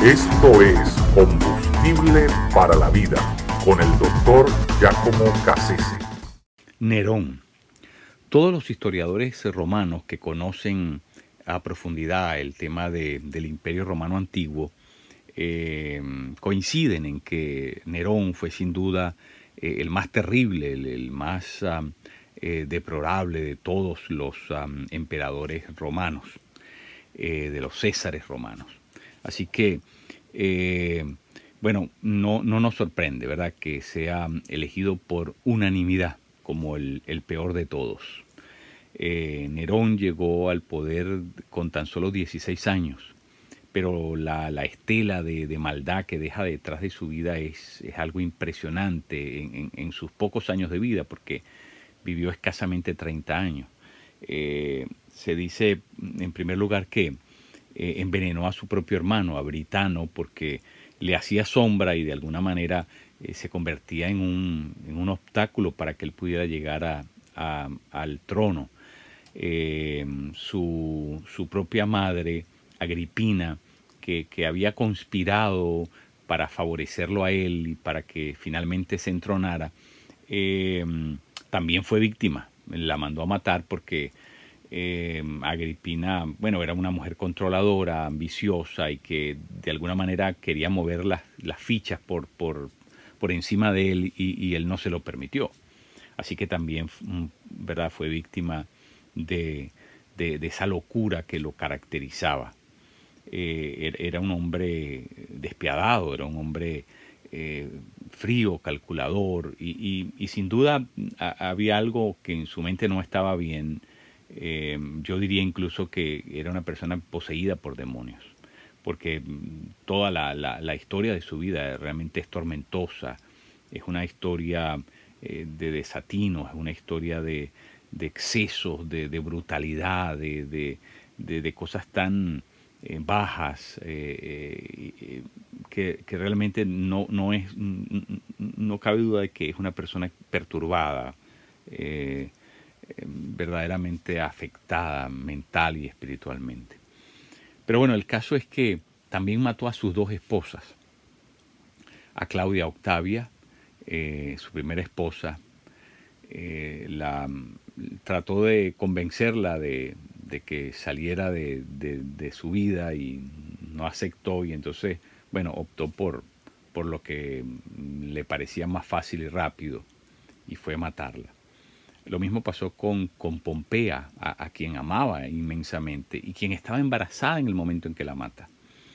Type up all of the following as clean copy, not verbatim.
Esto es Combustible para la Vida con el doctor Giacomo Cassese. Nerón. Todos los historiadores romanos que conocen a profundidad el tema del Imperio Romano Antiguo coinciden en que Nerón fue sin duda el más terrible, el más deplorable de todos los emperadores romanos, de los césares romanos. Así que, bueno, no nos sorprende, ¿verdad?, que sea elegido por unanimidad como el peor de todos. Nerón llegó al poder con tan solo 16 años, pero la estela de maldad que deja detrás de su vida es algo impresionante en sus pocos años de vida, porque vivió escasamente 30 años. Se dice, en primer lugar, que envenenó a su propio hermano, a Britano, porque le hacía sombra y de alguna manera se convertía en un obstáculo para que él pudiera llegar al trono. Su propia madre, Agripina, que había conspirado para favorecerlo a él y para que finalmente se entronara, también fue víctima. La mandó a matar porque Agripina, bueno, era una mujer controladora, ambiciosa y que de alguna manera quería mover las fichas por encima de él y él no se lo permitió. Así que también, ¿verdad?, fue víctima de esa locura que lo caracterizaba. Era un hombre despiadado, era un hombre frío, calculador y sin duda había algo que en su mente no estaba bien. Yo diría incluso que era una persona poseída por demonios, porque toda la historia de su vida realmente es tormentosa, es una historia de desatinos, es una historia de excesos, de brutalidad, de cosas tan bajas, que realmente no cabe duda de que es una persona perturbada, verdaderamente afectada mental y espiritualmente. Pero bueno, el caso es que también mató a sus dos esposas, a Claudia Octavia, su primera esposa. Trató de convencerla de que saliera de su vida y no aceptó, y entonces, bueno, optó por lo que le parecía más fácil y rápido, y fue matarla. Lo mismo pasó con Pompea, a quien amaba inmensamente y quien estaba embarazada en el momento en que la mata.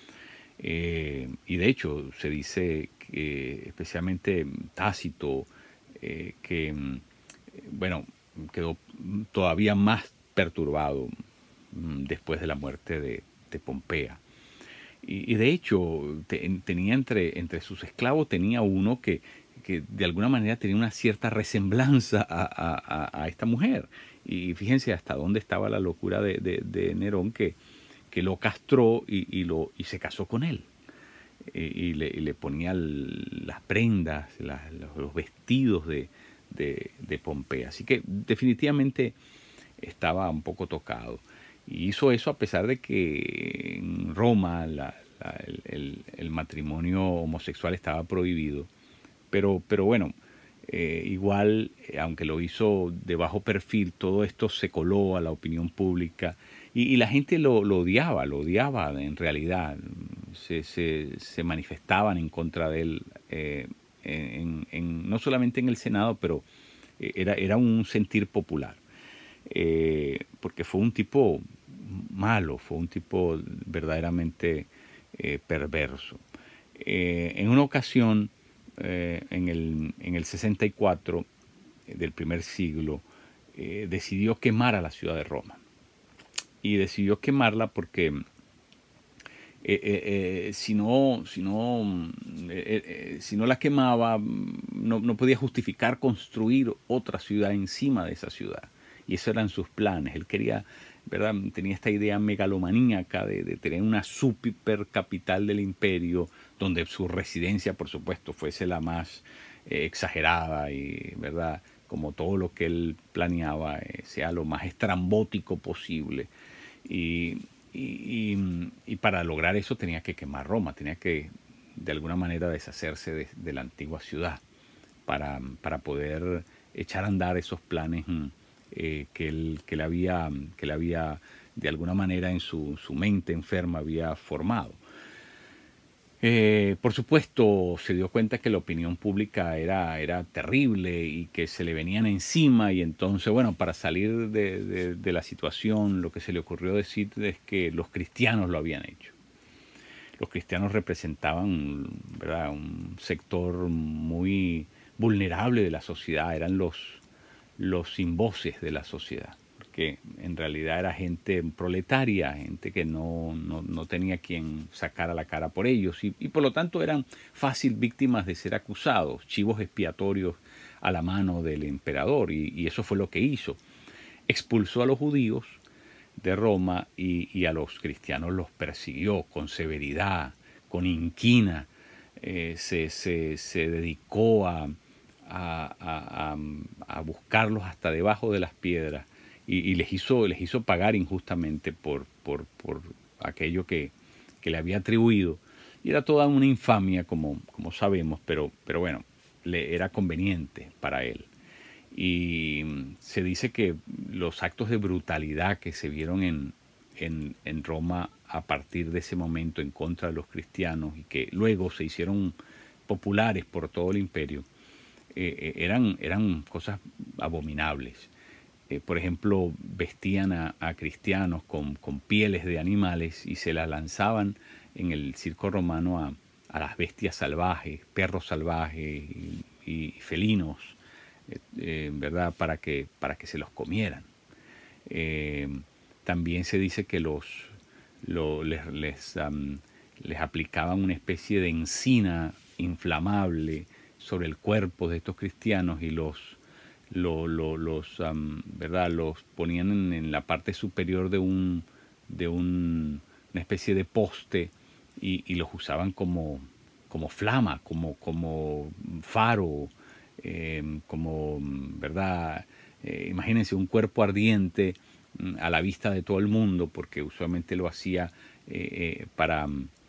Y de hecho se dice que, especialmente Tácito, que bueno, quedó todavía más perturbado después de la muerte de Pompea. Y de hecho tenía entre sus esclavos, tenía uno que de alguna manera tenía una cierta resemblanza a esta mujer. Y fíjense hasta dónde estaba la locura de Nerón, que lo castró y se casó con él. Y le ponía las prendas, los vestidos de Pompea. Así que definitivamente estaba un poco tocado. Y hizo eso a pesar de que en Roma el matrimonio homosexual estaba prohibido. Pero bueno, igual, aunque lo hizo de bajo perfil, todo esto se coló a la opinión pública y la gente lo odiaba en realidad. Se manifestaban en contra de él, no solamente en el Senado, pero era un sentir popular. Porque fue un tipo malo, fue un tipo verdaderamente perverso. En una ocasión, en el 64 del primer siglo, decidió quemar a la ciudad de Roma. Y decidió quemarla porque si no la quemaba, no podía justificar construir otra ciudad encima de esa ciudad. Y esos eran sus planes. Él quería, ¿verdad?, tenía esta idea megalomaníaca de tener una super capital del imperio, donde su residencia, por supuesto, fuese la más exagerada y, ¿verdad?, como todo lo que él planeaba sea lo más estrambótico posible. Y y para lograr eso tenía que quemar Roma, tenía que de alguna manera deshacerse de la antigua ciudad para poder echar a andar esos planes que él había de alguna manera en su mente enferma había formado. Por supuesto, se dio cuenta que la opinión pública era terrible y que se le venían encima, y entonces, bueno, para salir de la situación, lo que se le ocurrió decir es que los cristianos lo habían hecho. Los cristianos representaban, ¿verdad?, un sector muy vulnerable de la sociedad, eran los sin voces de la sociedad, porque en realidad era gente proletaria, gente que no tenía quien sacara la cara por ellos, y por lo tanto eran fácil víctimas de ser acusados, chivos expiatorios a la mano del emperador, y eso fue lo que hizo. Expulsó a los judíos de Roma y a los cristianos los persiguió con severidad, con inquina, se dedicó a buscarlos hasta debajo de las piedras y les hizo pagar injustamente por aquello que le había atribuido. Y era toda una infamia, como sabemos, pero bueno, le era conveniente para él. Y se dice que los actos de brutalidad que se vieron en Roma a partir de ese momento en contra de los cristianos y que luego se hicieron populares por todo el imperio, eran cosas abominables. Por ejemplo, vestían a cristianos con pieles de animales y se las lanzaban en el circo romano a las bestias salvajes, perros salvajes y felinos, ¿verdad?, para que se los comieran. También se dice que les aplicaban una especie de encina inflamable sobre el cuerpo de estos cristianos y ¿verdad?, los ponían en la parte superior de una especie de poste y los usaban como flama, como faro, ¿verdad? Imagínense un cuerpo ardiente a la vista de todo el mundo, porque usualmente lo hacía para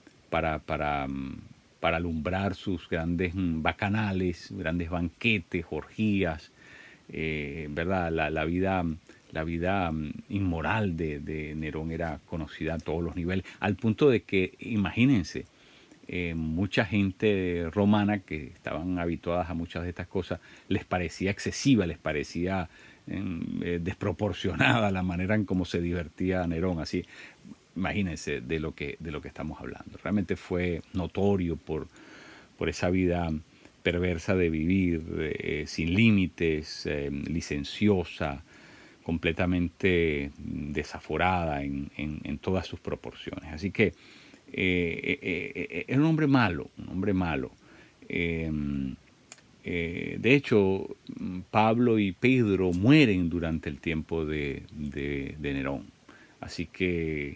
alumbrar sus grandes bacanales, grandes banquetes, orgías, ¿verdad? La vida inmoral de Nerón era conocida a todos los niveles, al punto de que, imagínense, mucha gente romana que estaban habituadas a muchas de estas cosas, les parecía excesiva, les parecía desproporcionada la manera en cómo se divertía Nerón. Así, imagínense de lo que estamos hablando. Realmente fue notorio por esa vida perversa de vivir, sin límites, licenciosa, completamente desaforada en todas sus proporciones. Así que era un hombre malo, de hecho, Pablo y Pedro mueren durante el tiempo de Nerón. Así que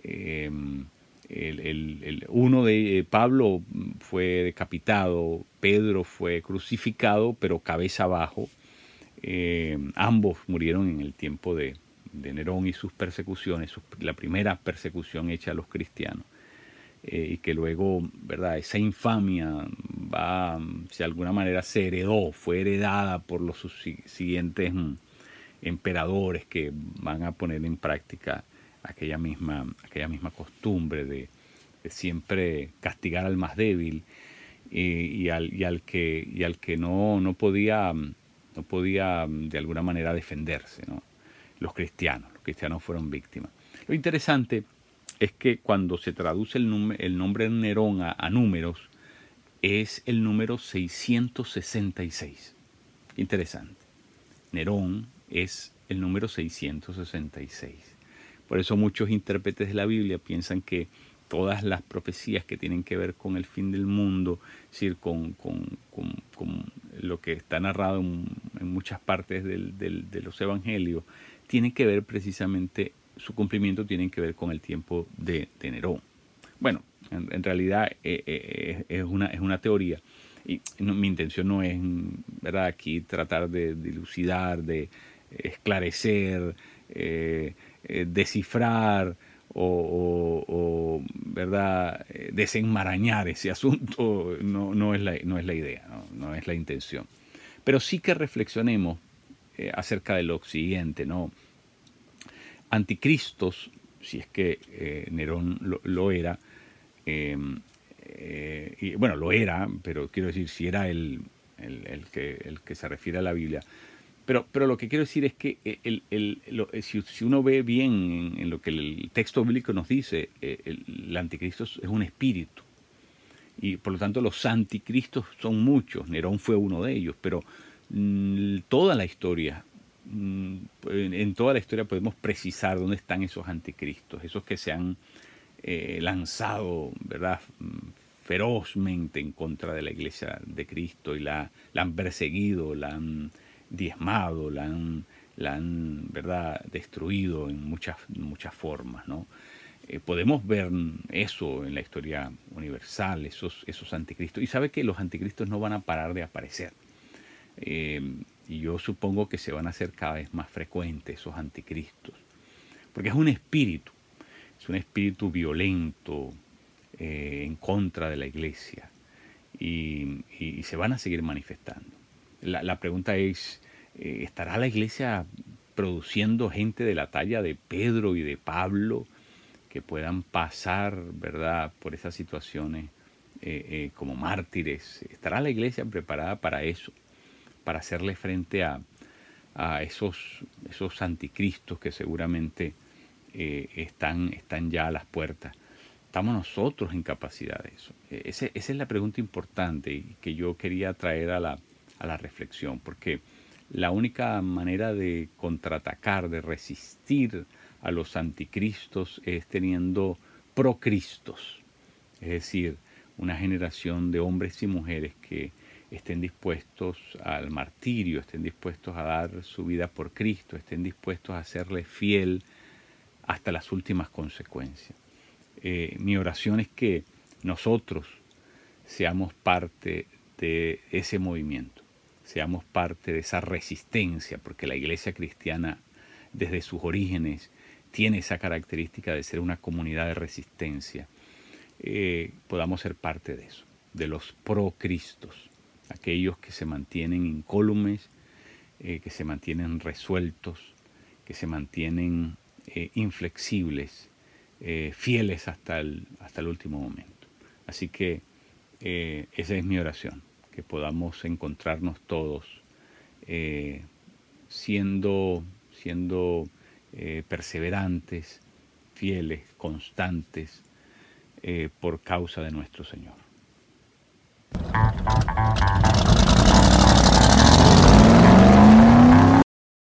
Pablo fue decapitado, Pedro fue crucificado, pero cabeza abajo. Ambos murieron en el tiempo de Nerón y sus persecuciones, la primera persecución hecha a los cristianos. Y que luego, ¿verdad?, esa infamia de alguna manera fue heredada por los siguientes emperadores que van a poner en práctica aquella misma costumbre de siempre castigar al más débil y al que no podía de alguna manera defenderse, ¿no? Los cristianos fueron víctimas. Lo interesante es que cuando se traduce el nombre de Nerón a números, es el número 666. Interesante. Nerón es el número 666. Por eso muchos intérpretes de la Biblia piensan que todas las profecías que tienen que ver con el fin del mundo, es decir, con lo que está narrado en muchas partes de los evangelios, tienen que ver precisamente, su cumplimiento tiene que ver con el tiempo de Nerón. Bueno, en realidad es una teoría. Y mi intención no es, ¿verdad?, aquí tratar de dilucidar, de esclarecer, descifrar ¿verdad? Desenmarañar ese asunto no es la idea, no es la intención. Pero sí que reflexionemos acerca de lo siguiente, ¿no? Anticristos, si es que Nerón lo era, eh, y bueno, lo era, pero quiero decir, si era el que se refiere a la Biblia. Pero lo que quiero decir es que si uno ve bien en lo que el texto bíblico nos dice, el anticristo es un espíritu. Y por lo tanto los anticristos son muchos. Nerón fue uno de ellos, pero toda la historia, en toda la historia podemos precisar dónde están esos anticristos, esos que se han lanzado, ¿verdad?, ferozmente en contra de la iglesia de Cristo y la han perseguido, la han diezmado, la han, ¿verdad?, destruido en muchas formas, ¿no? Podemos ver eso en la historia universal, esos anticristos. Y sabe que los anticristos no van a parar de aparecer. Eh, y yo supongo que se van a hacer cada vez más frecuentes esos anticristos. Porque es un espíritu violento en contra de la iglesia. Y se van a seguir manifestando. La pregunta es, ¿estará la iglesia produciendo gente de la talla de Pedro y de Pablo que puedan pasar, ¿verdad?, por esas situaciones como mártires? ¿Estará la iglesia preparada para eso? Para hacerle frente a esos anticristos que seguramente están ya a las puertas. ¿Estamos nosotros en capacidad de eso? Esa es la pregunta importante y que yo quería traer a la reflexión, porque la única manera de contraatacar, de resistir a los anticristos es teniendo procristos, es decir, una generación de hombres y mujeres que estén dispuestos al martirio, estén dispuestos a dar su vida por Cristo, estén dispuestos a serle fiel hasta las últimas consecuencias. Mi oración es que nosotros seamos parte de ese movimiento, seamos parte de esa resistencia, porque la iglesia cristiana desde sus orígenes tiene esa característica de ser una comunidad de resistencia. Podamos ser parte de eso, de los procristos, aquellos que se mantienen incólumes, que se mantienen resueltos, que se mantienen inflexibles, fieles hasta el último momento. Así que esa es mi oración, que podamos encontrarnos todos siendo perseverantes, fieles, constantes, por causa de nuestro Señor.